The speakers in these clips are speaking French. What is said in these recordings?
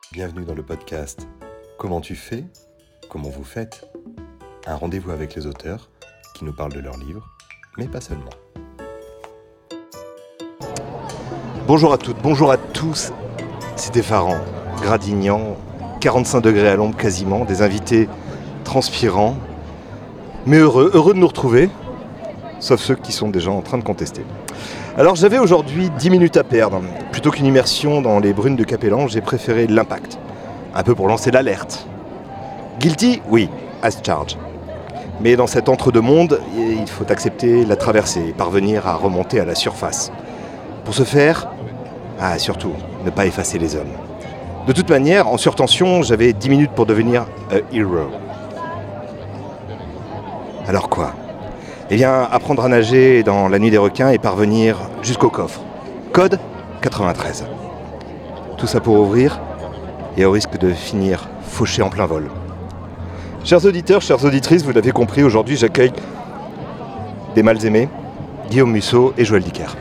Bienvenue dans le podcast Comment tu fais ? Comment vous faites ? Un rendez-vous avec les auteurs qui nous parlent de leurs livres, mais pas seulement. Bonjour à toutes, bonjour à tous. C'est effarant, gradignant, 45 degrés à l'ombre quasiment, des invités transpirants, mais heureux de nous retrouver, sauf ceux qui sont déjà en train de contester. Alors j'avais aujourd'hui 10 minutes à perdre. Plutôt qu'une immersion dans les brunes de Capellan, j'ai préféré l'impact. Un peu pour lancer l'alerte. Guilty ? Oui, as charged. Mais dans cet entre-deux-mondes, il faut accepter la traversée et parvenir à remonter à la surface. Pour ce faire, surtout, ne pas effacer les hommes. De toute manière, en surtension, j'avais 10 minutes pour devenir a hero. Alors quoi ? Eh bien, apprendre à nager dans la nuit des requins et parvenir jusqu'au coffre. Code 93. Tout ça pour ouvrir et au risque de finir fauché en plein vol. Chers auditeurs, chères auditrices, vous l'avez compris, aujourd'hui j'accueille des mal aimés, Guillaume Musso et Joël Dicker.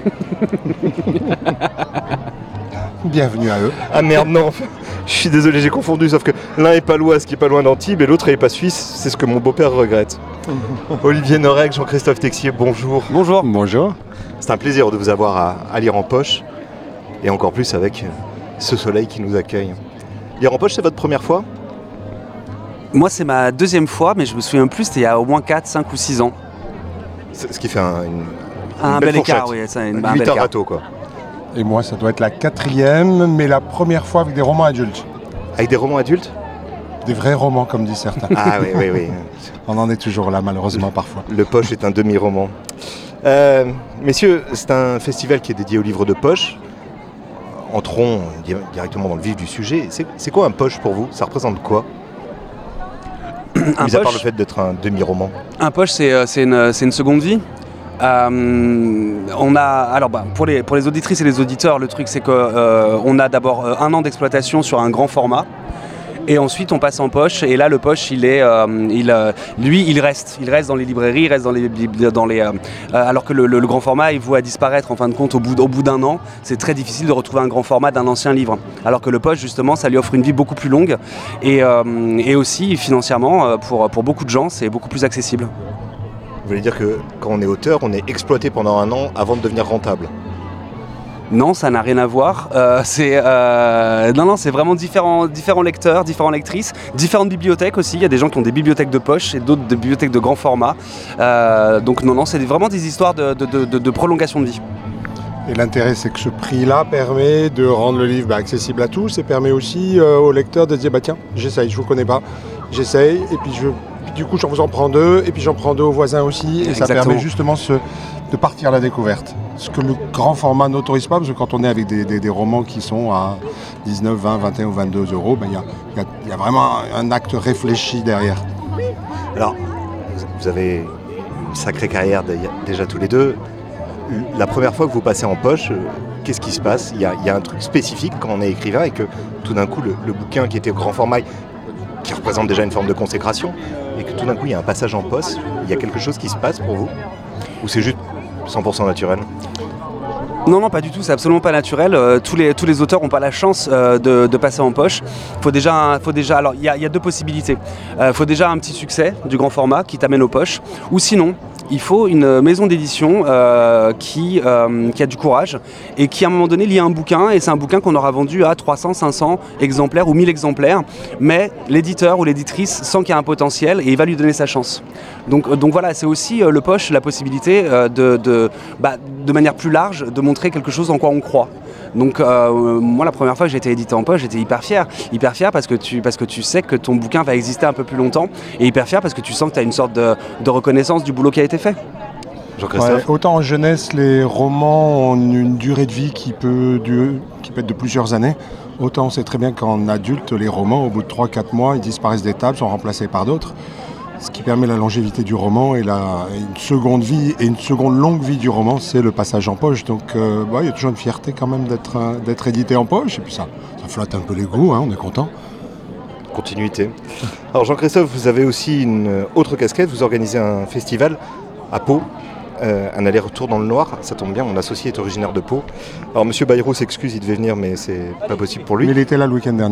Bienvenue à eux. Ah merde, non, je suis désolé, j'ai confondu, sauf que l'un est palois, ce qui est pas loin d'Antibes, et l'autre est pas suisse, c'est ce que mon beau-père regrette. Olivier Norek, Jean-Christophe Texier, bonjour. Bonjour. Bonjour. C'est un plaisir de vous avoir à lire en poche, et encore plus avec ce soleil qui nous accueille. Lire en poche, c'est votre première fois ? Moi, c'est ma deuxième fois, mais je me souviens plus, c'était il y a au moins 4, 5 ou 6 ans. Ce qui fait un belle bel écart, fourchette. oui. C'est un 8 bel heures écart. bateau, quoi. Et moi, ça doit être la 4e, mais la première fois avec des romans adultes. Avec des romans adultes ? Des vrais romans, comme disent certains. Ah oui. On en est toujours là, malheureusement, parfois. Le poche est un demi-roman. Messieurs, c'est un festival qui est dédié aux livres de poche. Entrons directement dans le vif du sujet. C'est quoi un poche pour vous ? Ça représente quoi ? Mis à part le fait d'être un demi-roman. Un poche, c'est une seconde vie. Pour les auditrices et les auditeurs, le truc c'est qu'on a d'abord 1 an d'exploitation sur un grand format. Et ensuite on passe en poche, et là le poche il reste dans les librairies, il reste alors que le grand format il voit disparaître en fin de compte au bout d'1 an. C'est très difficile de retrouver un grand format d'un ancien livre, alors que le poche justement ça lui offre une vie beaucoup plus longue et aussi financièrement pour beaucoup de gens c'est beaucoup plus accessible. Vous voulez dire que quand on est auteur, on est exploité pendant 1 an avant de devenir rentable ? Non, ça n'a rien à voir. C'est vraiment différents lecteurs, différentes lectrices, différentes bibliothèques aussi. Il y a des gens qui ont des bibliothèques de poche et d'autres des bibliothèques de grand format. Donc non, c'est vraiment des histoires de prolongation de vie. Et l'intérêt, c'est que ce prix-là permet de rendre le livre accessible à tous et permet aussi aux lecteurs de se dire tiens, j'essaye, je vous connais pas, j'essaye, et puis du coup, je vous en prends 2, et puis j'en prends 2 aux voisins aussi, et Exactement. ça permet justement de partir à la découverte. Ce que le grand format n'autorise pas, parce que quand on est avec des romans qui sont à 19, 20, 21 ou 22 euros, il y a vraiment un acte réfléchi derrière. Alors, vous avez une sacrée carrière déjà tous les deux. La première fois que vous passez en poche, qu'est-ce qui se passe ? Il y a un truc spécifique quand on est écrivain et que tout d'un coup, le bouquin qui était au grand format, qui représente déjà une forme de consécration, et que tout d'un coup, il y a un passage en poche, il y a quelque chose qui se passe pour vous ? Ou c'est juste 100% naturel ? Non, pas du tout, c'est absolument pas naturel. Tous les auteurs n'ont pas la chance de passer en poche. Alors, il y a 2 possibilités. Faut déjà un petit succès du grand format qui t'amène aux poches, ou sinon, il faut une maison d'édition qui a du courage et qui à un moment donné lit un bouquin, et c'est un bouquin qu'on aura vendu à 300, 500 exemplaires ou 1000 exemplaires, mais l'éditeur ou l'éditrice sent qu'il y a un potentiel et il va lui donner sa chance. Donc voilà, c'est aussi le poche la possibilité de manière plus large de montrer quelque chose en quoi on croit. Donc moi la première fois que j'ai été édité en poche, j'étais hyper fier parce que tu sais que ton bouquin va exister un peu plus longtemps, et hyper fier parce que tu sens que tu as une sorte de reconnaissance du boulot qui a été fait. Jean-Christophe ? Autant en jeunesse, les romans ont une durée de vie qui peut être de plusieurs années, autant on sait très bien qu'en adulte, les romans, au bout de 3-4 mois, ils disparaissent des tables, sont remplacés par d'autres. Ce qui permet la longévité du roman et une seconde vie et une seconde longue vie du roman, c'est le passage en poche. Donc il y a toujours une fierté quand même d'être édité en poche, et puis ça flatte un peu les goûts, on est content. Continuité. Alors Jean-Christophe, vous avez aussi une autre casquette, vous organisez un festival à Pau, un aller-retour dans le noir, ça tombe bien, mon associé est originaire de Pau. Alors Monsieur Bayrou s'excuse, il devait venir mais c'est pas possible pour lui. Mais il était là le week-end dernier.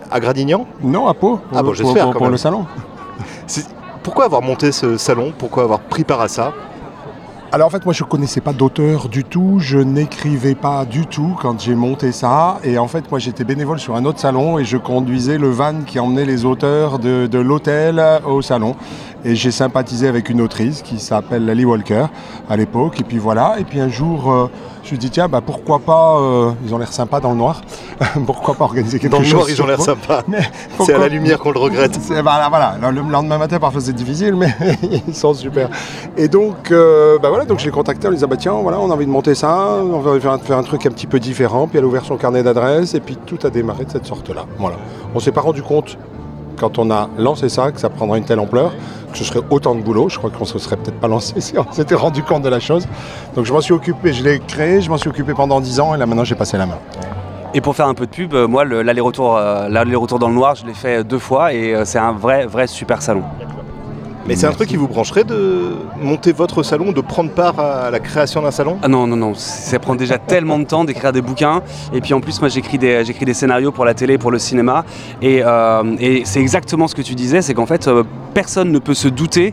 À Gradignan? Non, à Pau, Ah bon, j'espère quand pour même. le salon. Pourquoi avoir monté ce salon? Pourquoi avoir pris part à ça? Alors en fait, moi je ne connaissais pas d'auteur du tout, je n'écrivais pas du tout quand j'ai monté ça. Et en fait, moi j'étais bénévole sur un autre salon et je conduisais le van qui emmenait les auteurs de l'hôtel au salon. Et j'ai sympathisé avec une autrice qui s'appelle Lally Walker à l'époque. Et puis voilà, et puis un jour, je me suis dit tiens, pourquoi pas, ils ont l'air sympas dans le noir, pourquoi pas organiser quelque chose. Dans le noir, ils ont l'air sympas. C'est à la lumière qu'on le regrette. Voilà. Le lendemain matin, parfois c'est difficile, mais ils sont super. Et donc, voilà, donc je l'ai contacté en lui disant tiens, voilà, on a envie de monter ça, on va faire un truc un petit peu différent. Puis elle a ouvert son carnet d'adresses et puis tout a démarré de cette sorte-là. Voilà. On s'est pas rendu compte quand on a lancé ça que ça prendrait une telle ampleur, que ce serait autant de boulot. Je crois qu'on ne se serait peut-être pas lancé si on s'était rendu compte de la chose. Donc je m'en suis occupé, je l'ai créé, je m'en suis occupé pendant 10 ans et là maintenant j'ai passé la main. Et pour faire un peu de pub, moi l'aller-retour dans le noir, je l'ai fait 2 fois et c'est un vrai super salon. Mais c'est un truc qui vous brancherait de monter votre salon, de prendre part à la création d'un salon? Ah non, ça prend déjà tellement de temps d'écrire des bouquins. Et puis en plus, moi j'écris des scénarios pour la télé, pour le cinéma. Et c'est exactement ce que tu disais, c'est qu'en fait, personne ne peut se douter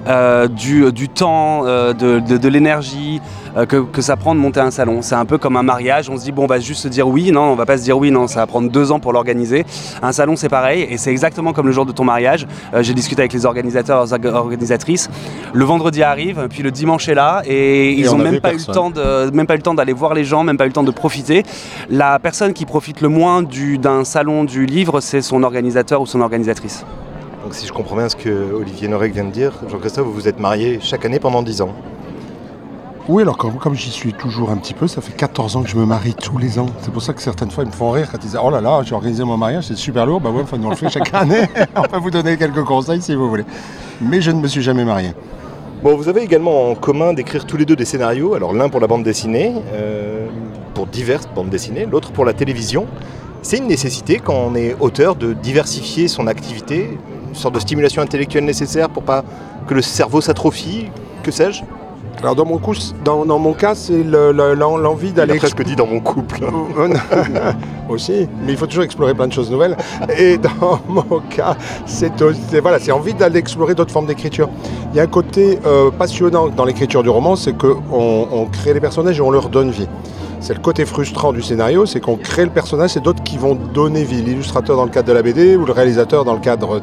du temps, de l'énergie que ça prend de monter un salon. C'est un peu comme un mariage, on se dit bon, on va juste se dire oui, non, on va pas se dire oui, non, ça va prendre 2 ans pour l'organiser. Un salon c'est pareil et c'est exactement comme le jour de ton mariage. J'ai discuté avec les organisateurs, organisatrices. Le vendredi arrive, puis le dimanche est là et ils n'ont même pas eu le temps d'aller voir les gens, même pas eu le temps de profiter. La personne qui profite le moins d'un salon du livre, c'est son organisateur ou son organisatrice. Donc si je comprends bien ce que Olivier Norek vient de dire, Jean-Christophe, vous vous êtes marié chaque année pendant 10 ans. Oui, alors comme j'y suis toujours un petit peu, ça fait 14 ans que je me marie tous les ans. C'est pour ça que certaines fois ils me font rire quand ils disent « Oh là là, j'ai organisé mon mariage, c'est super lourd. » Bah ouais, enfin, nous on le fait chaque année. On peut vous donner quelques conseils si vous voulez. Mais je ne me suis jamais marié. Bon, vous avez également en commun d'écrire tous les deux des scénarios. Alors l'un pour la bande dessinée, pour diverses bandes dessinées, l'autre pour la télévision. C'est une nécessité quand on est auteur de diversifier son activité, une sorte de stimulation intellectuelle nécessaire pour pas que le cerveau s'atrophie, que sais-je? Alors dans mon cas, c'est l'envie d'aller... Il a presque dit dans mon couple. Aussi, mais il faut toujours explorer plein de choses nouvelles. Et dans mon cas, c'est envie d'aller explorer d'autres formes d'écriture. Il y a un côté passionnant dans l'écriture du roman, c'est qu'on crée les personnages et on leur donne vie. C'est le côté frustrant du scénario, c'est qu'on crée le personnage, c'est d'autres qui vont donner vie. L'illustrateur dans le cadre de la BD ou le réalisateur dans le cadre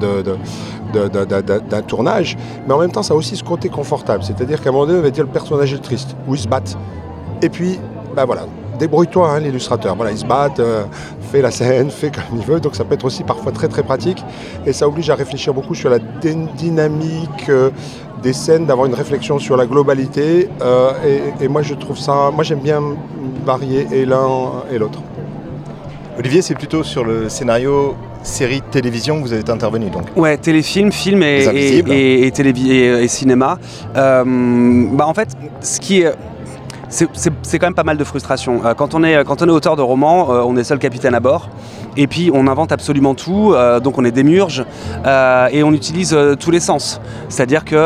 d'un tournage. Mais en même temps, ça a aussi ce côté confortable. C'est-à-dire qu'à un moment donné, on va dire le personnage est triste, ou il se bat. Et puis, voilà, débrouille-toi, l'illustrateur. Voilà, il se bat, fait la scène, fait comme il veut. Donc ça peut être aussi parfois très très pratique. Et ça oblige à réfléchir beaucoup sur la dynamique des scènes, d'avoir une réflexion sur la globalité. Et moi, je trouve ça... Moi, j'aime bien varier et l'un et l'autre. Olivier, c'est plutôt sur le scénario série télévision que vous êtes intervenu donc. Ouais, téléfilm, film et cinéma. En fait, ce qui est... C'est quand même pas mal de frustration. Quand on est auteur de roman, on est seul capitaine à bord. Et puis on invente absolument tout, donc on est démiurge et on utilise tous les sens. C'est-à-dire que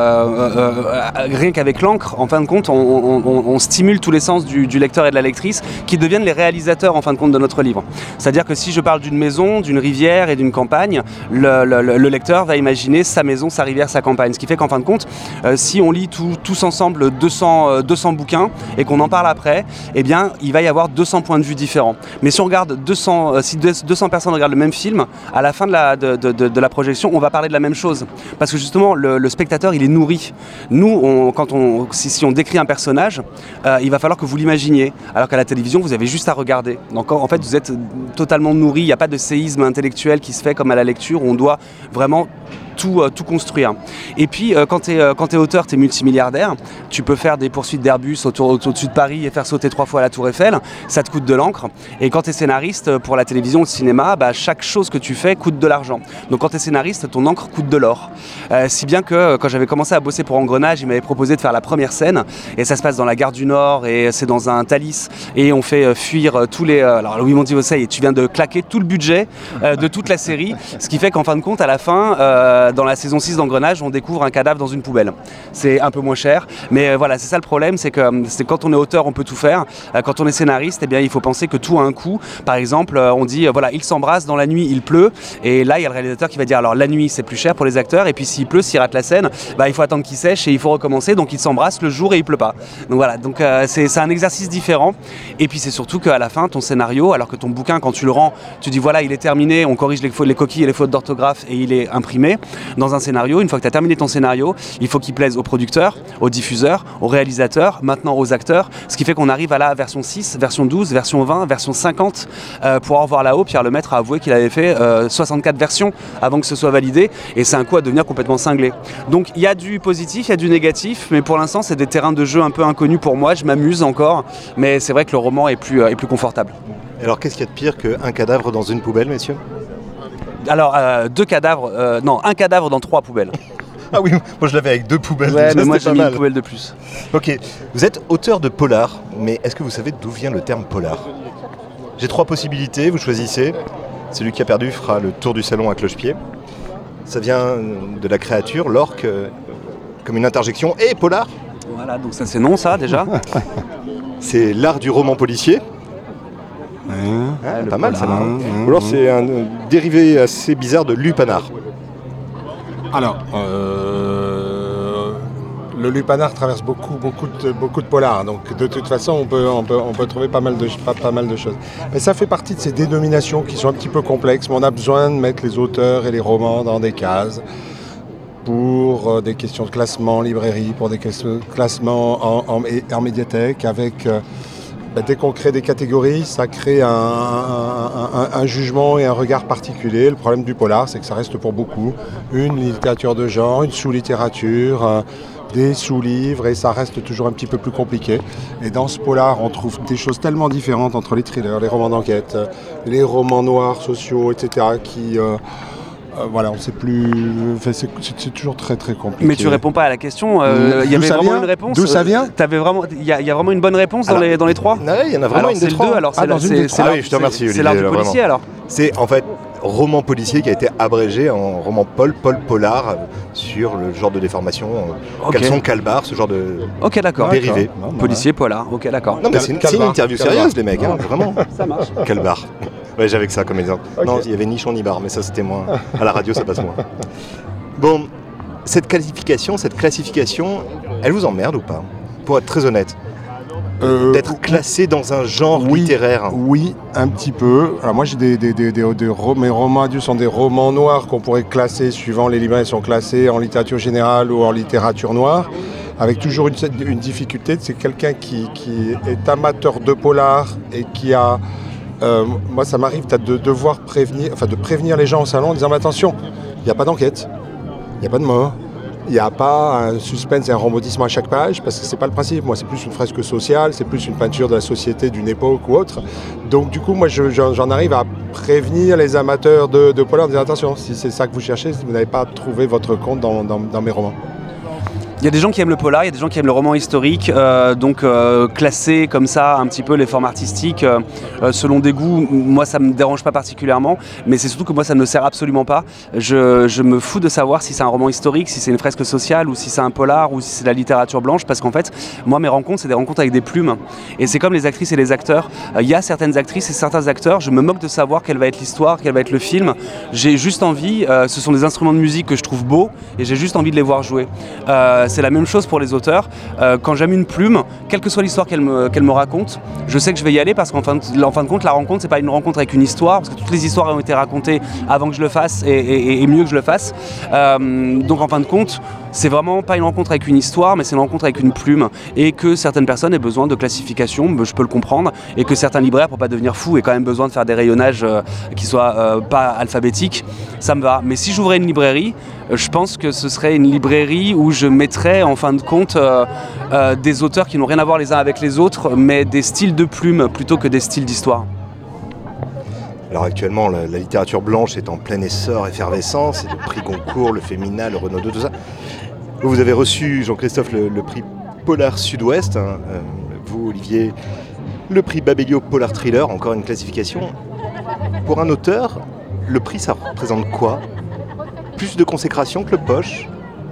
rien qu'avec l'encre, en fin de compte, on stimule tous les sens du lecteur et de la lectrice qui deviennent les réalisateurs en fin de compte de notre livre. C'est-à-dire que si je parle d'une maison, d'une rivière et d'une campagne, le lecteur va imaginer sa maison, sa rivière, sa campagne. Ce qui fait qu'en fin de compte, si on lit tous ensemble 200 bouquins et qu'on en parle après, eh bien il va y avoir 200 points de vue différents. Mais si on regarde 200 personnes regardent le même film, à la fin de la projection, on va parler de la même chose. Parce que justement, le spectateur, il est nourri. Nous, si on décrit un personnage, il va falloir que vous l'imaginiez. Alors qu'à la télévision, vous avez juste à regarder. Donc en fait, vous êtes totalement nourri. Il n'y a pas de séisme intellectuel qui se fait comme à la lecture, où on doit vraiment tout construire. Et puis quand tu es auteur, tu es multimilliardaire, tu peux faire des poursuites d'Airbus au-dessus de Paris et faire sauter 3 fois la Tour Eiffel, ça te coûte de l'encre. Et quand tu es scénariste pour la télévision ou le cinéma, chaque chose que tu fais coûte de l'argent. Donc quand tu es scénariste, ton encre coûte de l'or. Si bien que quand j'avais commencé à bosser pour Engrenage, il m'avait proposé de faire la première scène, et ça se passe dans la gare du Nord, et c'est dans un Thalys, et on fait fuir tous les... alors ils m'ont dit, ça y est, tu viens de claquer tout le budget de toute la série, ce qui fait qu'en fin de compte, à la fin, dans la saison 6 d'Engrenage, on découvre un cadavre dans une poubelle. C'est un peu moins cher, mais voilà, c'est ça le problème, c'est que quand on est auteur, on peut tout faire. Quand on est scénariste, eh bien, il faut penser que tout a un coût. Par exemple, on dit, voilà, ils s'embrassent, dans la nuit, il pleut, et là, il y a le réalisateur qui va dire, alors la nuit, c'est plus cher pour les acteurs, et puis s'il pleut, s'il rate la scène, il faut attendre qu'il sèche et il faut recommencer, donc ils s'embrassent le jour et il pleut pas. Donc voilà, donc c'est un exercice différent, et puis c'est surtout qu'à la fin, ton scénario, alors que ton bouquin, quand tu le rends, tu dis, voilà, il est terminé, on corrige les coquilles et les fautes d'orthographe, et il est imprimé. Dans un scénario, une fois que tu as terminé ton scénario, il faut qu'il plaise aux producteurs, aux diffuseurs, aux réalisateurs, maintenant aux acteurs, ce qui fait qu'on arrive à la version 6, version 12, version 20, version 50. Pour en revoir là-haut, Pierre Lemaitre a avoué qu'il avait fait 64 versions avant que ce soit validé, et c'est un coup à devenir complètement cinglé. Donc il y a du positif, il y a du négatif, mais pour l'instant c'est des terrains de jeu un peu inconnus pour moi, je m'amuse encore, mais c'est vrai que le roman est plus confortable. Alors qu'est-ce qu'il y a de pire qu'un cadavre dans une poubelle, messieurs ? Alors, un cadavre dans 3 poubelles. Ah oui, moi je l'avais avec 2 poubelles. Ouais, déjà, mais moi c'était j'ai pas mis mal. une poubelle de plus. Ok, vous êtes auteur de polar, mais est-ce que vous savez d'où vient le terme polar ? J'ai 3 possibilités, vous choisissez. Celui qui a perdu fera le tour du salon à cloche-pied. Ça vient de la créature, l'orque, comme une interjection. Et polar ? Voilà, donc ça c'est non, ça déjà. C'est l'art du roman policier. Pas mal ça. Ou alors c'est un dérivé assez bizarre de lupanar. Alors, le lupanar traverse beaucoup de polars, donc de toute façon on peut trouver pas mal de choses. Mais ça fait partie de ces dénominations qui sont un petit peu complexes, mais on a besoin de mettre les auteurs et les romans dans des cases pour des questions de classement en librairie, pour des questions de classement en médiathèque, avec... dès qu'on crée des catégories, ça crée un jugement et un regard particulier. Le problème du polar, c'est que ça reste pour beaucoup une littérature de genre, une sous-littérature, des sous-livres, et ça reste toujours un petit peu plus compliqué. Et dans ce polar, on trouve des choses tellement différentes entre les thrillers, les romans d'enquête, les romans noirs, sociaux, etc., qui... voilà, on ne sait plus. Enfin, c'est toujours très très compliqué. Mais tu réponds pas à la question. Il y avait vraiment une réponse. D'où ça vient ? Il y a vraiment une bonne réponse dans les 3. Il y en a vraiment alors, une des 3. C'est le 2, alors c'est oui, je te remercie, Olivier. C'est l'art du policier, alors. C'est en fait roman policier qui a été abrégé en roman Paul Polar sur le genre de déformation. Caleçon, calbar, ce genre de dérivé. Policier, polar. Ok, d'accord. Non, mais c'est une interview sérieuse, les mecs, vraiment. Ça marche. Calbar. Ouais, j'avais que ça comme exemple. Okay. Non, il y avait nichon ni bar, mais ça c'était moins. À la radio, ça passe moins. Bon, cette classification, elle vous emmerde ou pas ? Pour être très honnête. D'être classé dans un genre littéraire. Oui, un petit peu. Alors moi, j'ai mes romans adultes sont des romans noirs qu'on pourrait classer, suivant les librairies, sont classés en littérature générale ou en littérature noire, avec toujours une difficulté, c'est quelqu'un qui est amateur de polar et qui a... moi, ça m'arrive de devoir prévenir les gens au salon en disant, mais attention, il n'y a pas d'enquête, il n'y a pas de mort, il n'y a pas un suspense et un rebondissement à chaque page, parce que c'est pas le principe. Moi, c'est plus une fresque sociale, c'est plus une peinture de la société d'une époque ou autre. Donc, du coup, moi, j'en arrive à prévenir les amateurs de polar en disant, attention, si c'est ça que vous cherchez, vous n'avez pas trouvé votre compte dans mes romans. Il y a des gens qui aiment le polar, il y a des gens qui aiment le roman historique, donc classer comme ça un petit peu les formes artistiques selon des goûts, moi ça me dérange pas particulièrement, mais c'est surtout que moi ça ne me sert absolument pas. Je me fous de savoir si c'est un roman historique, si c'est une fresque sociale, ou si c'est un polar, ou si c'est de la littérature blanche, parce qu'en fait, moi mes rencontres, c'est des rencontres avec des plumes, et c'est comme les actrices et les acteurs. Il y a certaines actrices et certains acteurs, je me moque de savoir quelle va être l'histoire, quel va être le film. J'ai juste envie, ce sont des instruments de musique que je trouve beaux, et j'ai juste envie de les voir jouer. C'est la même chose pour les auteurs. Quand j'aime une plume, quelle que soit l'histoire qu'elle me raconte, je sais que je vais y aller parce qu'en fin de compte, la rencontre, c'est pas une rencontre avec une histoire, parce que toutes les histoires ont été racontées avant que je le fasse et mieux que je le fasse. Donc en fin de compte, c'est vraiment pas une rencontre avec une histoire, mais c'est une rencontre avec une plume. Et que certaines personnes aient besoin de classification, je peux le comprendre, et que certains libraires, pour pas devenir fous, aient quand même besoin de faire des rayonnages qui soient pas alphabétiques, ça me va. Mais si j'ouvrais une librairie, je pense que ce serait une librairie où je mettrais en fin de compte des auteurs qui n'ont rien à voir les uns avec les autres, mais des styles de plumes plutôt que des styles d'histoire. Alors actuellement, la littérature blanche est en plein essor, effervescence, c'est le prix Goncourt, le Féminin, le Renaudot, tout ça. Vous avez reçu, Jean-Christophe, le prix Polar Sud-Ouest, vous, Olivier, le prix Babelio Polar Thriller, encore une classification. Pour un auteur, le prix, ça représente quoi ? plus de consécration que le Poche.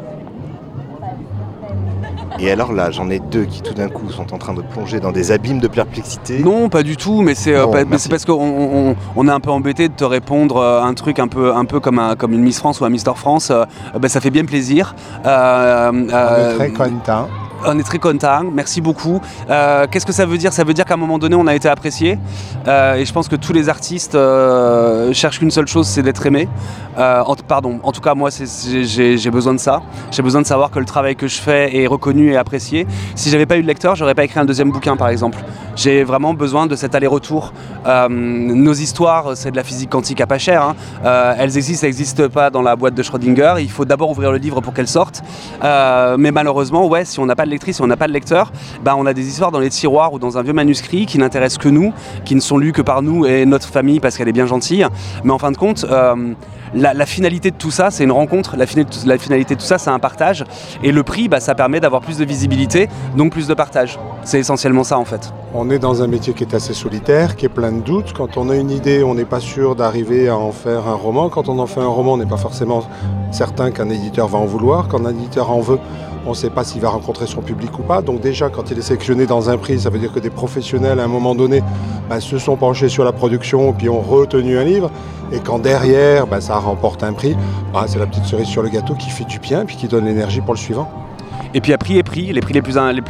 Et alors là, j'en ai deux qui tout d'un coup sont en train de plonger dans des abîmes de perplexité. Non, pas du tout, mais c'est Bon, c'est parce qu'on est un peu embêté de te répondre un truc un peu comme une Miss France ou un Mister France. Ça fait bien plaisir. On est très contents. On est très content, merci beaucoup. Qu'est-ce que ça veut dire ? Ça veut dire qu'à un moment donné, on a été apprécié. Et je pense que tous les artistes cherchent qu'une seule chose, c'est d'être aimé. En tout cas, moi, j'ai besoin de ça. J'ai besoin de savoir que le travail que je fais est reconnu et apprécié. Si j'avais pas eu de lecteur, j'aurais pas écrit un deuxième bouquin, par exemple. J'ai vraiment besoin de cet aller-retour. Nos histoires, c'est de la physique quantique à pas cher. Hein. Elles n'existent pas dans la boîte de Schrödinger. Il faut d'abord ouvrir le livre pour qu'elles sortent. Mais malheureusement, ouais, si on n'a pas de lectrice, si on n'a pas de lecteur, on a des histoires dans les tiroirs ou dans un vieux manuscrit qui n'intéressent que nous, qui ne sont lus que par nous et notre famille parce qu'elle est bien gentille. Mais en fin de compte, la finalité de tout ça, c'est une rencontre. La finalité de tout ça, c'est un partage. Et le prix, ça permet d'avoir plus de visibilité, donc plus de partage. C'est essentiellement ça, en fait. On est dans un métier qui est assez solitaire, qui est plein de doutes. Quand on a une idée, on n'est pas sûr d'arriver à en faire un roman. Quand on en fait un roman, on n'est pas forcément certain qu'un éditeur va en vouloir. Quand un éditeur en veut, on ne sait pas s'il va rencontrer son public ou pas. Donc déjà, quand il est sélectionné dans un prix, ça veut dire que des professionnels, à un moment donné, se sont penchés sur la production puis ont retenu un livre. Et quand derrière, ça remporte un prix, c'est la petite cerise sur le gâteau qui fait du bien et puis qui donne l'énergie pour le suivant. Et puis à prix les prix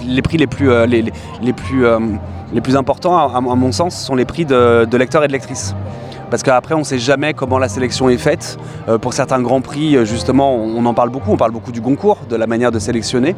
les plus importants, à mon sens, sont les prix de lecteurs et de lectrices. Parce qu'après, on ne sait jamais comment la sélection est faite. Pour certains grands prix, justement, on en parle beaucoup. On parle beaucoup du Goncourt, de la manière de sélectionner.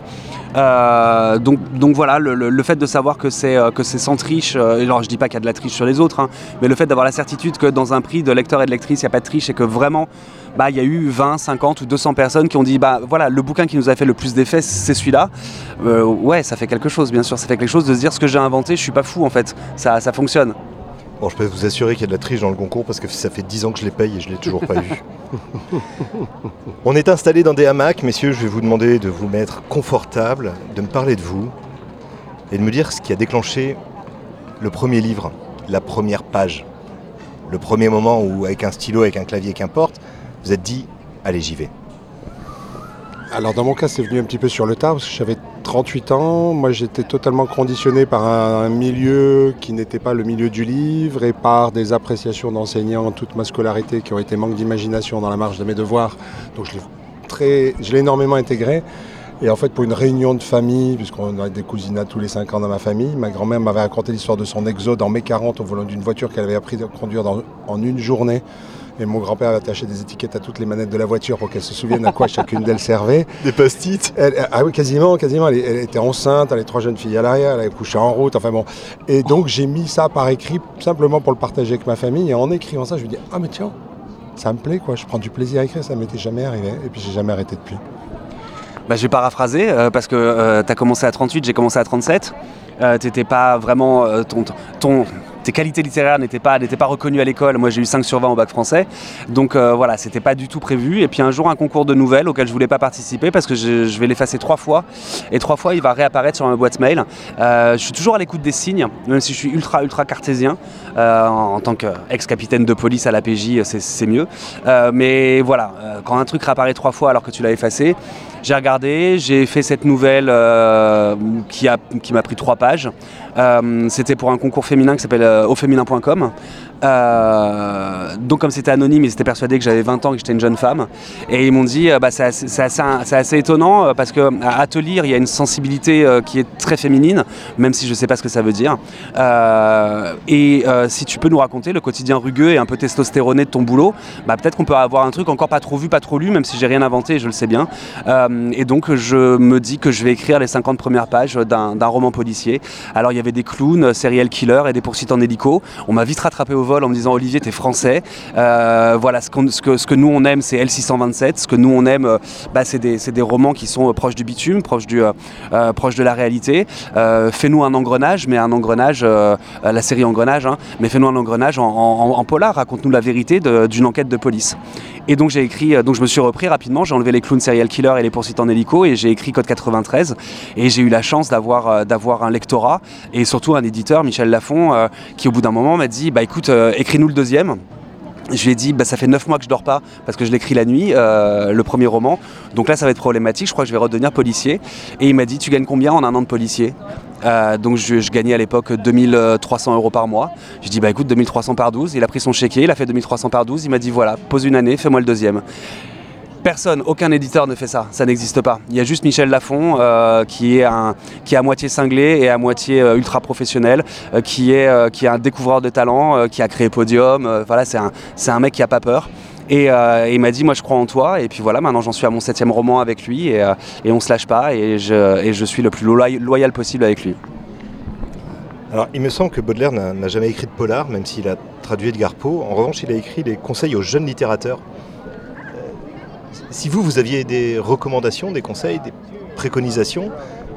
Donc voilà, le fait de savoir que c'est sans triche, alors je dis pas qu'il y a de la triche sur les autres, mais le fait d'avoir la certitude que dans un prix de lecteur et de lectrice, il n'y a pas de triche et que vraiment, il y a eu 20, 50 ou 200 personnes qui ont dit voilà, le bouquin qui nous a fait le plus d'effet, c'est celui-là. Ouais, ça fait quelque chose, bien sûr. Ça fait quelque chose de se dire ce que j'ai inventé, je suis pas fou en fait. Ça fonctionne. Bon, je peux vous assurer qu'il y a de la triche dans le Goncourt parce que ça fait 10 ans que je les paye et je ne l'ai toujours pas eu. On est installés dans des hamacs, messieurs, je vais vous demander de vous mettre confortable, de me parler de vous et de me dire ce qui a déclenché le premier livre, la première page, le premier moment où, avec un stylo, avec un clavier, qu'importe, vous êtes dit « allez, j'y vais ». Alors dans mon cas, c'est venu un petit peu sur le tard parce que j'avais 38 ans. Moi, j'étais totalement conditionné par un milieu qui n'était pas le milieu du livre et par des appréciations d'enseignants toute ma scolarité qui ont été manque d'imagination dans la marge de mes devoirs. Donc je l'ai énormément intégré. Et en fait, pour une réunion de famille, puisqu'on a des cousinats tous les 5 ans dans ma famille, ma grand-mère m'avait raconté l'histoire de son exode en mai 40 au volant d'une voiture qu'elle avait appris à conduire en une journée. Et mon grand-père avait attaché des étiquettes à toutes les manettes de la voiture pour qu'elle se souvienne à quoi chacune d'elles servait. Des post-it. Ah oui, quasiment. Elle était enceinte, elle avait 3 jeunes filles à l'arrière, elle avait couché en route, enfin bon. Et donc j'ai mis ça par écrit, simplement pour le partager avec ma famille. Et en écrivant ça, je me dis, ah mais tiens, ça me plaît quoi, je prends du plaisir à écrire, ça ne m'était jamais arrivé. Et puis j'ai jamais arrêté depuis. Je vais paraphraser parce que tu as commencé à 38, j'ai commencé à 37. T'étais pas vraiment tes qualités littéraires n'étaient pas reconnues à l'école. Moi, j'ai eu 5 sur 20 au bac français. Donc voilà, c'était pas du tout prévu. Et puis un jour, un concours de nouvelles auquel je voulais pas participer parce que je vais l'effacer 3 fois. Et 3 fois, il va réapparaître sur ma boîte mail. Je suis toujours à l'écoute des signes, même si je suis ultra cartésien. En tant qu'ex-capitaine de police à la PJ, c'est mieux. Mais voilà, quand un truc réapparaît 3 fois alors que tu l'as effacé, j'ai regardé, j'ai fait cette nouvelle qui m'a pris 3 pages. C'était pour un concours féminin qui s'appelle auféminin.com. Donc comme c'était anonyme, ils étaient persuadés que j'avais 20 ans et que j'étais une jeune femme. Et ils m'ont dit, c'est assez étonnant parce qu'à te lire, il y a une sensibilité qui est très féminine, même si je ne sais pas ce que ça veut dire. Si tu peux nous raconter le quotidien rugueux et un peu testostéroné de ton boulot, peut-être qu'on peut avoir un truc encore pas trop vu, pas trop lu, même si j'ai rien inventé, je le sais bien. Et donc je me dis que je vais écrire les 50 premières pages d'un roman policier. Alors il y avait des clowns, serial killers et des poursuites en hélico. On m'a vite rattrapé au vol en me disant Olivier, t'es français. Voilà, ce que nous on aime, c'est L627. Ce que nous on aime, c'est des romans qui sont proches du bitume, proches de la réalité. Fais-nous un engrenage, mais un engrenage, la série Engrenage, mais fais-nous un engrenage en polar. Raconte-nous la vérité d'une enquête de police. Et donc j'ai écrit, donc je me suis repris rapidement, j'ai enlevé les clowns serial killers et les poursuites en hélico et j'ai écrit Code 93 et j'ai eu la chance d'avoir un lectorat et surtout un éditeur, Michel Lafon, qui au bout d'un moment m'a dit écoute, écris-nous le deuxième. Je lui ai dit, ça fait 9 mois que je dors pas parce que je l'écris la nuit, le premier roman. Donc là, ça va être problématique. Je crois que je vais redevenir policier. Et il m'a dit, tu gagnes combien en un an de policier ? Donc je gagnais à l'époque 2300 € par mois. Je dis, écoute, 2300 par 12. Il a pris son chéquier, il a fait 2300 par 12. Il m'a dit, voilà, pose une année, fais-moi le deuxième. Personne, aucun éditeur ne fait ça, ça n'existe pas. Il y a juste Michel Lafon qui est à moitié cinglé et à moitié ultra professionnel, qui est un découvreur de talent, qui a créé Podium. Voilà, c'est un mec qui a pas peur. Et il m'a dit, moi je crois en toi. Et puis voilà, maintenant j'en suis à mon 7e roman avec lui et on se lâche pas et je suis le plus loyal possible avec lui. Alors, il me semble que Baudelaire n'a jamais écrit de polar, même s'il a traduit Edgar Poe. En revanche, il a écrit des conseils aux jeunes littérateurs. Si vous aviez des recommandations, des conseils, des préconisations,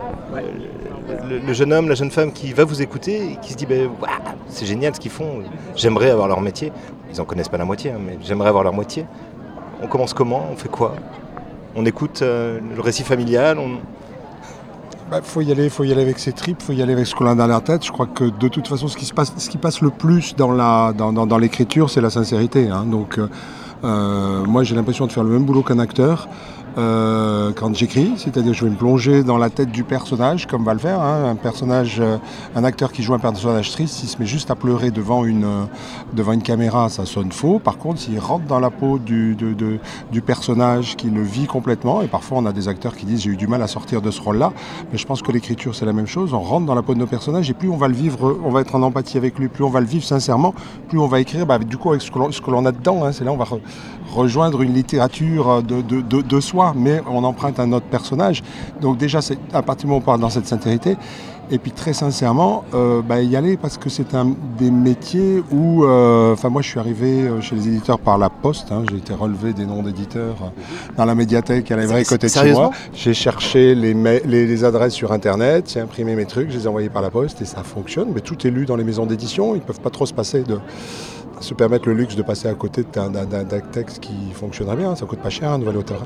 le jeune homme, la jeune femme qui va vous écouter et qui se dit c'est génial ce qu'ils font, j'aimerais avoir leur métier. Ils n'en connaissent pas la moitié, mais j'aimerais avoir leur moitié. On commence comment ? On fait quoi ? On écoute le récit familial Faut y aller avec ses tripes, faut y aller avec ce qu'on a dans la tête. Je crois que de toute façon, ce qui passe le plus dans l'écriture, c'est la sincérité. Donc, moi, j'ai l'impression de faire le même boulot qu'un acteur quand j'écris, c'est-à-dire que je vais me plonger dans la tête du personnage, comme va le faire un acteur qui joue un personnage triste, s'il se met juste à pleurer devant une caméra, ça sonne faux. Par contre, s'il rentre dans la peau du personnage, qui le vit complètement, et parfois on a des acteurs qui disent j'ai eu du mal à sortir de ce rôle-là, mais je pense que l'écriture c'est la même chose, on rentre dans la peau de nos personnages et plus on va le vivre, on va être en empathie avec lui, plus on va le vivre sincèrement, plus on va écrire du coup avec ce que l'on a dedans, c'est là on va rejoindre une littérature de soi, mais on emprunte un autre personnage. Donc déjà, c'est à partir du moment où on part dans cette sincérité, et puis très sincèrement, y aller, parce que c'est un des métiers où... moi, je suis arrivé chez les éditeurs par la poste. J'ai été relevé des noms d'éditeurs dans la médiathèque à la vraie côté de chez moi. J'ai cherché les adresses sur Internet, j'ai imprimé mes trucs, je les ai envoyés par la poste, et ça fonctionne. Mais tout est lu dans les maisons d'édition. Ils ne peuvent pas trop se permettre le luxe de passer à côté d'un texte qui fonctionnerait bien. Ça coûte pas cher, un nouvel auteur.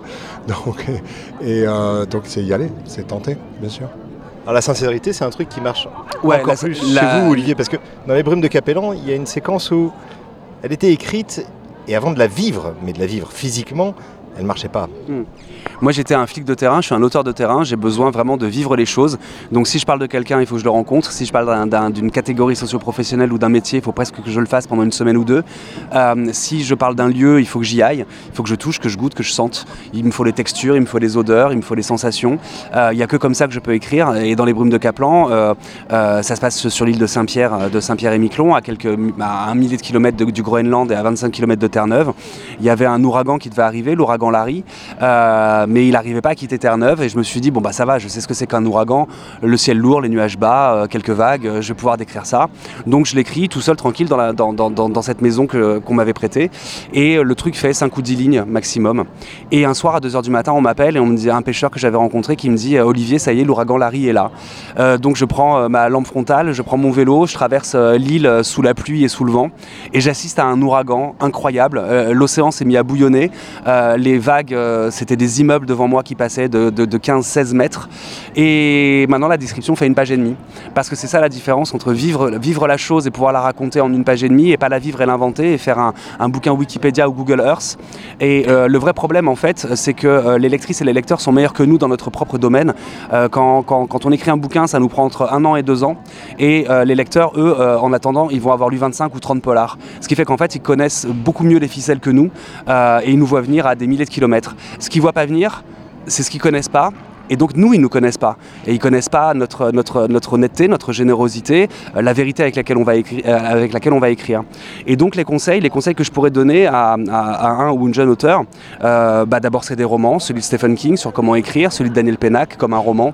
Donc c'est y aller, c'est tenter, bien sûr. Alors la sincérité, c'est un truc qui marche encore plus chez vous, Olivier, parce que dans Les Brumes de Capellan, il y a une séquence où elle était écrite, et avant de la vivre, mais de la vivre physiquement, elle ne marchait pas. Moi j'étais un flic de terrain, je suis un auteur de terrain, j'ai besoin vraiment de vivre les choses. Donc si je parle de quelqu'un, il faut que je le rencontre. Si je parle d'une catégorie socio-professionnelle ou d'un métier, il faut presque que je le fasse pendant une semaine ou deux. Si je parle d'un lieu, il faut que j'y aille, il faut que je touche, que je goûte, que je sente. Il me faut les textures, il me faut les odeurs, il me faut les sensations. Il n'y a que comme ça que je peux écrire. Et dans Les Brumes de Capellan, ça se passe sur l'île de Saint-Pierre-et-Miquelon, à un millier de kilomètres du Groenland et à 25 km de Terre-Neuve. Il y avait un ouragan qui devait arriver, l'ouragan Larry. Mais il n'arrivait pas à quitter Terre-Neuve et je me suis dit ça va, je sais ce que c'est qu'un ouragan, le ciel lourd, les nuages bas, quelques vagues, je vais pouvoir décrire ça. Donc je l'écris tout seul tranquille dans cette maison qu'on m'avait prêtée, et le truc fait 5 ou 10 lignes maximum. Et un soir à 2h du matin on m'appelle et on me dit, un pêcheur que j'avais rencontré qui me dit Olivier, ça y est, l'ouragan Larry est là. Donc je prends ma lampe frontale, je prends mon vélo, je traverse l'île sous la pluie et sous le vent et j'assiste à un ouragan incroyable. L'océan s'est mis à bouillonner, les vagues c'était des immeubles devant moi qui passaient de 15-16 mètres. Et maintenant, la description fait 1 page et demie. Parce que c'est ça la différence entre vivre la chose et pouvoir la raconter en 1 page et demie, et pas la vivre et l'inventer et faire un bouquin Wikipédia ou Google Earth. Et le vrai problème, en fait, c'est que les lectrices et les lecteurs sont meilleurs que nous dans notre propre domaine. Quand on écrit un bouquin, ça nous prend entre 1 an et 2 ans. Et les lecteurs, eux, en attendant, ils vont avoir lu 25 ou 30 polars. Ce qui fait qu'en fait, ils connaissent beaucoup mieux les ficelles que nous, et ils nous voient venir à des milliers de kilomètres. Ce qu'ils voient pas venir, c'est ce qu'ils connaissent pas. Et donc nous, ils nous connaissent pas. Et ils connaissent pas notre honnêteté, notre générosité, la vérité avec laquelle on va écrire. Et donc les conseils que je pourrais donner à un ou une jeune auteur, d'abord c'est des romans, celui de Stephen King sur comment écrire, celui de Daniel Pennac comme un roman.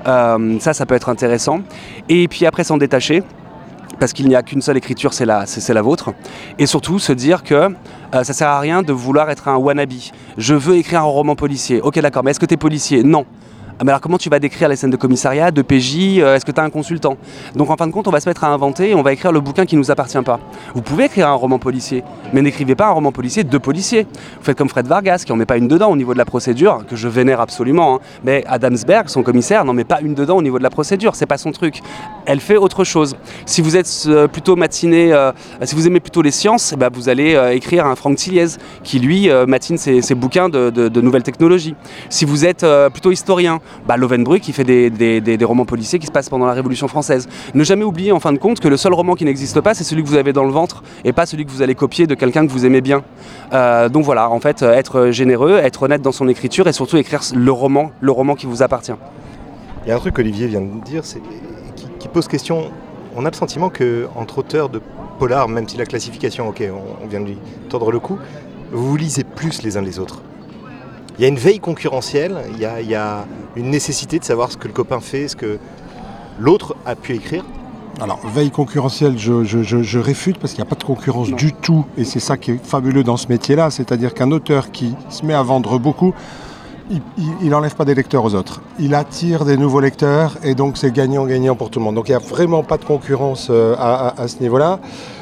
Ça peut être intéressant. Et puis après s'en détacher. Parce qu'il n'y a qu'une seule écriture, c'est la vôtre. Et surtout, se dire que ça sert à rien de vouloir être un wannabe. Je veux écrire un roman policier. Ok, d'accord, mais est-ce que tu es policier ? Non. Mais alors comment tu vas décrire les scènes de commissariat, de PJ, est-ce que tu as un consultant ? Donc en fin de compte, on va se mettre à inventer et on va écrire le bouquin qui ne nous appartient pas. Vous pouvez écrire un roman policier, mais n'écrivez pas un roman policier de policiers. Vous faites comme Fred Vargas, qui en met pas une dedans au niveau de la procédure, que je vénère absolument. Mais Adamsberg, son commissaire, n'en met pas une dedans au niveau de la procédure, c'est pas son truc. elle fait autre chose. Si vous êtes plutôt matiné, si vous aimez plutôt les sciences, vous allez écrire un Franck Tilliez qui lui matine ses bouquins de nouvelles technologies. Si vous êtes plutôt historien, Lovenbrück qui fait des romans policiers qui se passent pendant la Révolution française. Ne jamais oublier en fin de compte que le seul roman qui n'existe pas, c'est celui que vous avez dans le ventre et pas celui que vous allez copier de quelqu'un que vous aimez bien. Donc voilà, en fait, être généreux, être honnête dans son écriture et surtout écrire le roman qui vous appartient. Il y a un truc qu'Olivier vient de dire, qui pose question. On a le sentiment qu'entre auteurs de polar, même si la classification, ok, on vient de lui tordre le cou, vous vous lisez plus les uns les autres. Il y a une veille concurrentielle, il y a une nécessité de savoir ce que le copain fait, ce que l'autre a pu écrire. Alors, veille concurrentielle, je réfute parce qu'il n'y a pas de concurrence du tout. Et c'est ça qui est fabuleux dans ce métier-là. C'est-à-dire qu'un auteur qui se met à vendre beaucoup, il n'enlève pas des lecteurs aux autres. Il attire des nouveaux lecteurs et donc c'est gagnant-gagnant pour tout le monde. Donc il n'y a vraiment pas de concurrence à ce niveau-là.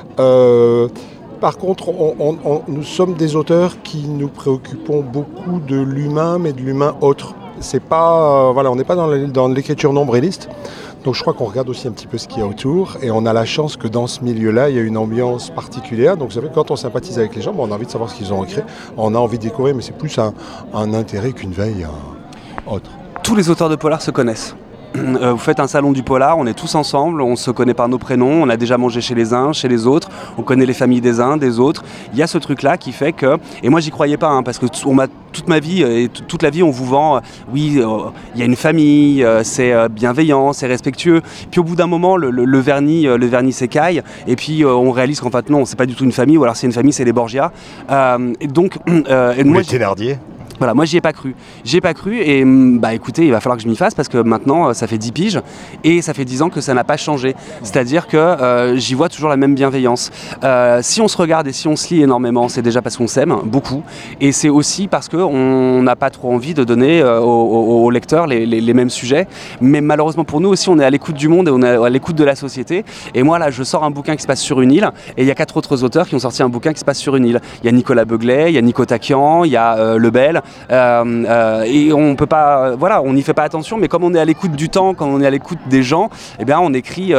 Par contre, nous sommes des auteurs qui nous préoccupons beaucoup de l'humain, mais de l'humain autre. C'est pas, on n'est pas dans l'écriture nombriliste. Donc je crois qu'on regarde aussi un petit peu ce qu'il y a autour et on a la chance que dans ce milieu-là, il y a une ambiance particulière. Donc vous savez, quand on sympathise avec les gens, on a envie de savoir ce qu'ils ont écrit, on a envie de découvrir, mais c'est plus un intérêt qu'une veille autre. Tous les auteurs de polar se connaissent. Vous faites un salon du polar, on est tous ensemble, on se connaît par nos prénoms, on a déjà mangé chez les uns, chez les autres, on connaît les familles des uns, des autres. Il y a ce truc-là qui fait que, et moi j'y croyais pas, parce que toute ma vie et toute la vie on vous vend, il y a une famille, c'est bienveillant, c'est respectueux. Puis au bout d'un moment le vernis s'écaille et puis on réalise qu'en fait non, c'est pas du tout une famille, ou alors c'est une famille, c'est les Borgia. Et donc, les Thénardier. Voilà, moi j'y ai pas cru et écoutez, il va falloir que je m'y fasse parce que maintenant ça fait 10 piges et ça fait 10 ans que ça n'a pas changé. C'est-à-dire que j'y vois toujours la même bienveillance. Si on se regarde et si on se lit énormément, c'est déjà parce qu'on s'aime beaucoup et c'est aussi parce qu'on n'a pas trop envie de donner aux lecteurs les mêmes sujets. Mais malheureusement pour nous aussi, on est à l'écoute du monde et on est à l'écoute de la société. Et moi là, je sors un bouquin qui se passe sur une île et il y a 4 autres auteurs qui ont sorti un bouquin qui se passe sur une île. Il y a Nicolas Beuglet, il y a Nico Takian, il y a Lebel. Et on peut pas, on n'y fait pas attention, mais comme on est à l'écoute du temps, quand on est à l'écoute des gens, on écrit,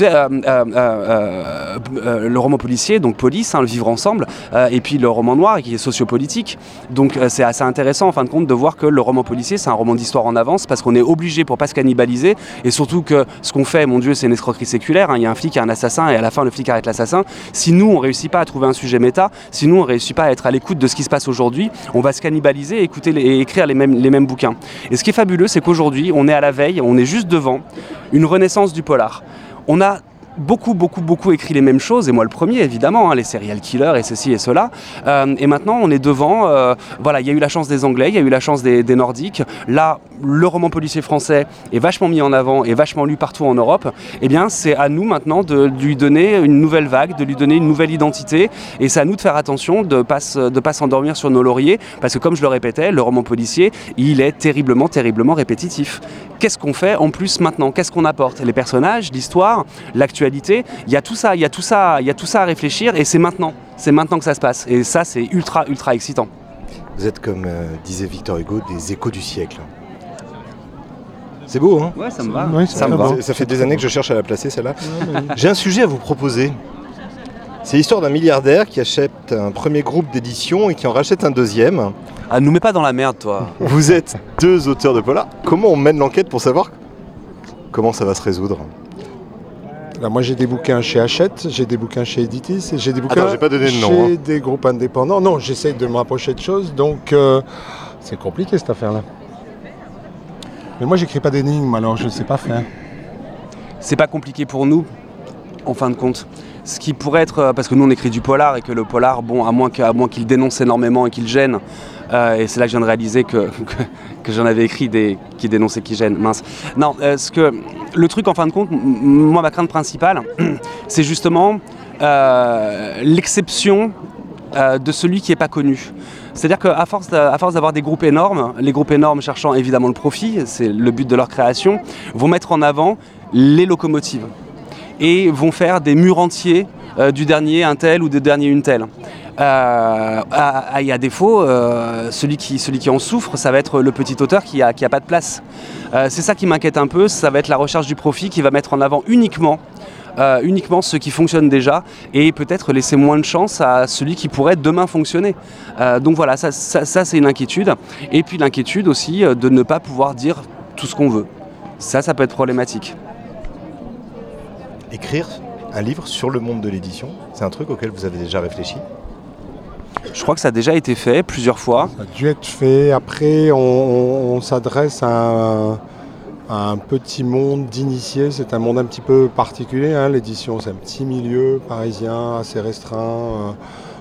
le roman policier, donc police, le vivre ensemble, et puis le roman noir qui est sociopolitique. Donc c'est assez intéressant en fin de compte de voir que le roman policier c'est un roman d'histoire en avance parce qu'on est obligé pour pas se cannibaliser et surtout que ce qu'on fait, mon Dieu, c'est une escroquerie séculaire. Il y a un flic, il y a un assassin et à la fin le flic arrête l'assassin. Si nous on réussit pas à trouver un sujet méta, si nous on réussit pas à être à l'écoute de ce qui se passe aujourd'hui, on va se cannibaliser et écrire les mêmes bouquins. Et ce qui est fabuleux, c'est qu'aujourd'hui, on est à la veille, on est juste devant une renaissance du polar. On a beaucoup écrit les mêmes choses, et moi le premier évidemment, les serial killers et ceci et cela, et maintenant on est devant, il y a eu la chance des Anglais, il y a eu la chance des Nordiques, là le roman policier français est vachement mis en avant et vachement lu partout en Europe, et bien c'est à nous maintenant de lui donner une nouvelle vague, de lui donner une nouvelle identité, et c'est à nous de faire attention de pas s'endormir sur nos lauriers, parce que comme je le répétais, le roman policier, il est terriblement répétitif. Qu'est-ce qu'on fait en plus maintenant? Qu'est-ce qu'on apporte? Les personnages, l'histoire, l'actualité, il y a tout ça à réfléchir et c'est maintenant que ça se passe. Et ça, c'est ultra excitant. Vous êtes comme disait Victor Hugo, des échos du siècle. C'est beau, hein? Ouais, ça me va. Oui, ça me va. Ça fait des années que je cherche à la placer, celle-là. J'ai un sujet à vous proposer. C'est l'histoire d'un milliardaire qui achète un premier groupe d'édition et qui en rachète un deuxième. Ah, nous mets pas dans la merde, toi. Vous êtes 2 auteurs de polar. Comment on mène l'enquête pour savoir comment ça va se résoudre? Là, moi j'ai des bouquins chez Hachette, j'ai des bouquins chez Editis, et j'ai des bouquins j'ai pas donné de nom, chez des groupes indépendants. Non, j'essaie de me rapprocher de choses, donc c'est compliqué cette affaire-là. Mais moi j'écris pas d'énigmes, alors je ne sais pas faire. C'est pas compliqué pour nous, en fin de compte. Ce qui pourrait être, parce que nous on écrit du polar et que le polar, à moins qu'il dénonce énormément et qu'il gêne, et c'est là que je viens de réaliser que j'en avais écrit qui dénonçaient, qui gênent, mince. Non, le truc en fin de compte, moi ma crainte principale, c'est justement l'exception de celui qui n'est pas connu. C'est-à-dire qu'à force d'avoir des groupes énormes, les groupes énormes cherchant évidemment le profit, c'est le but de leur création, vont mettre en avant les locomotives et vont faire des murs entiers du dernier un tel ou des derniers une telle. Et à défaut, celui qui en souffre, ça va être le petit auteur qui a pas de place. C'est ça qui m'inquiète un peu, ça va être la recherche du profit qui va mettre en avant uniquement ce qui fonctionne déjà et peut-être laisser moins de chance à celui qui pourrait demain fonctionner. Donc voilà, ça c'est une inquiétude. Et puis l'inquiétude aussi de ne pas pouvoir dire tout ce qu'on veut. Ça peut être problématique. Écrire un livre sur le monde de l'édition, c'est un truc auquel vous avez déjà réfléchi? Je crois que ça a déjà été fait plusieurs fois. Ça a dû être fait. Après, on s'adresse à un petit monde d'initiés. C'est un monde un petit peu particulier, hein, l'édition. C'est un petit milieu parisien assez restreint.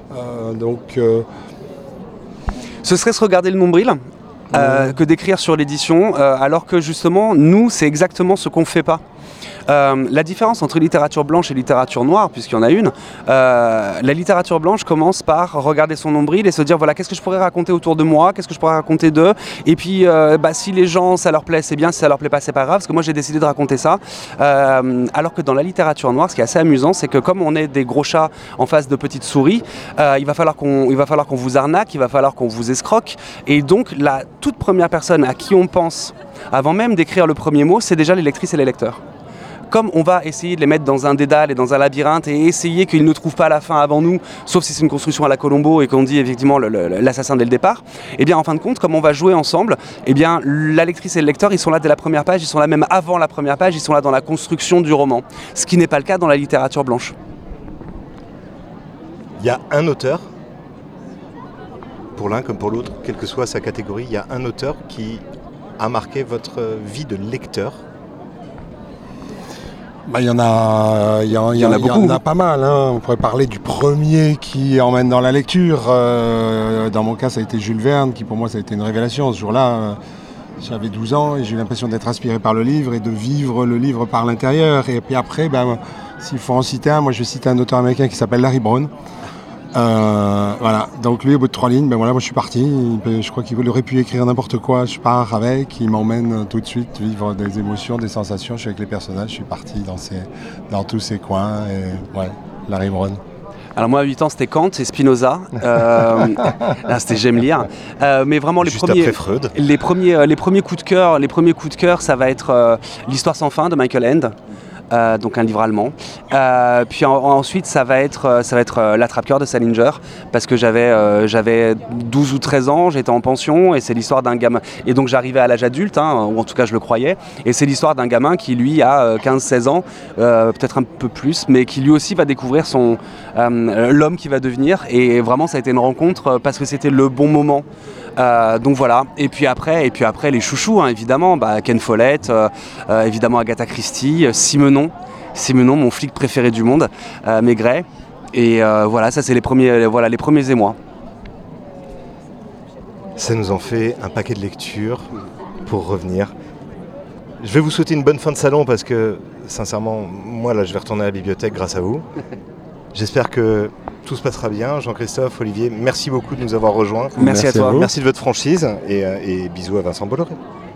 Ce serait se regarder le nombril que d'écrire sur l'édition, alors que justement, nous, c'est exactement ce qu'on ne fait pas. La différence entre littérature blanche et littérature noire, puisqu'il y en a une, la littérature blanche commence par regarder son nombril et se dire voilà, qu'est-ce que je pourrais raconter autour de moi, qu'est-ce que je pourrais raconter d'eux, et puis si les gens ça leur plaît c'est bien, si ça leur plaît pas c'est pas grave, parce que moi j'ai décidé de raconter ça. Alors que dans la littérature noire, ce qui est assez amusant, c'est que comme on est des gros chats en face de petites souris, il va falloir qu'on vous arnaque, il va falloir qu'on vous escroque, et donc la toute première personne à qui on pense avant même d'écrire le premier mot, c'est déjà les lectrices et les lecteurs. Comme on va essayer de les mettre dans un dédale et dans un labyrinthe et essayer qu'ils ne trouvent pas la fin avant nous, sauf si c'est une construction à la Colombo et qu'on dit effectivement l'assassin dès le départ, et bien en fin de compte, comme on va jouer ensemble, et bien la lectrice et le lecteur, ils sont là dès la première page, ils sont là même avant la première page, ils sont là dans la construction du roman, ce qui n'est pas le cas dans la littérature blanche. Il y a un auteur, pour l'un comme pour l'autre, quelle que soit sa catégorie, il y a un auteur qui a marqué votre vie de lecteur. Il y en a pas mal. Hein. On pourrait parler du premier qui emmène dans la lecture. Dans mon cas, ça a été Jules Verne, qui pour moi, ça a été une révélation. Ce jour-là, j'avais 12 ans et j'ai eu l'impression d'être inspiré par le livre et de vivre le livre par l'intérieur. Et puis après, s'il faut en citer un, moi je vais citer un auteur américain qui s'appelle Larry Brown. Voilà, donc lui au bout de 3 lignes, moi je suis parti, je crois qu'il aurait pu écrire n'importe quoi, je pars avec, il m'emmène tout de suite vivre des émotions, des sensations, je suis avec les personnages, je suis parti dans tous ces coins, et ouais, Larry Brown. Alors moi à 8 ans c'était Kant et Spinoza, là c'était j'aime lire, mais vraiment les premiers coups de cœur, ça va être l'Histoire sans fin de Michael Ende. Donc un livre allemand. Puis ensuite ça va être L'Attrape-cœur de Salinger, parce que j'avais 12 ou 13 ans, j'étais en pension et c'est l'histoire d'un gamin. Et donc j'arrivais à l'âge adulte, ou en tout cas je le croyais, et c'est l'histoire d'un gamin qui lui a 15-16 ans, peut-être un peu plus, mais qui lui aussi va découvrir l'homme qu'il va devenir, et vraiment ça a été une rencontre parce que c'était le bon moment. Donc voilà, et puis après les chouchous, évidemment, Ken Follett, évidemment Agatha Christie, Simenon, mon flic préféré du monde, Maigret, et voilà, ça c'est les premiers émois. Ça nous en fait un paquet de lectures pour revenir. Je vais vous souhaiter une bonne fin de salon parce que sincèrement, moi là je vais retourner à la bibliothèque grâce à vous. J'espère que tout se passera bien. Jean-Christophe, Olivier, merci beaucoup de nous avoir rejoints. Merci à toi. Merci de votre franchise et bisous à Vincent Bolloré.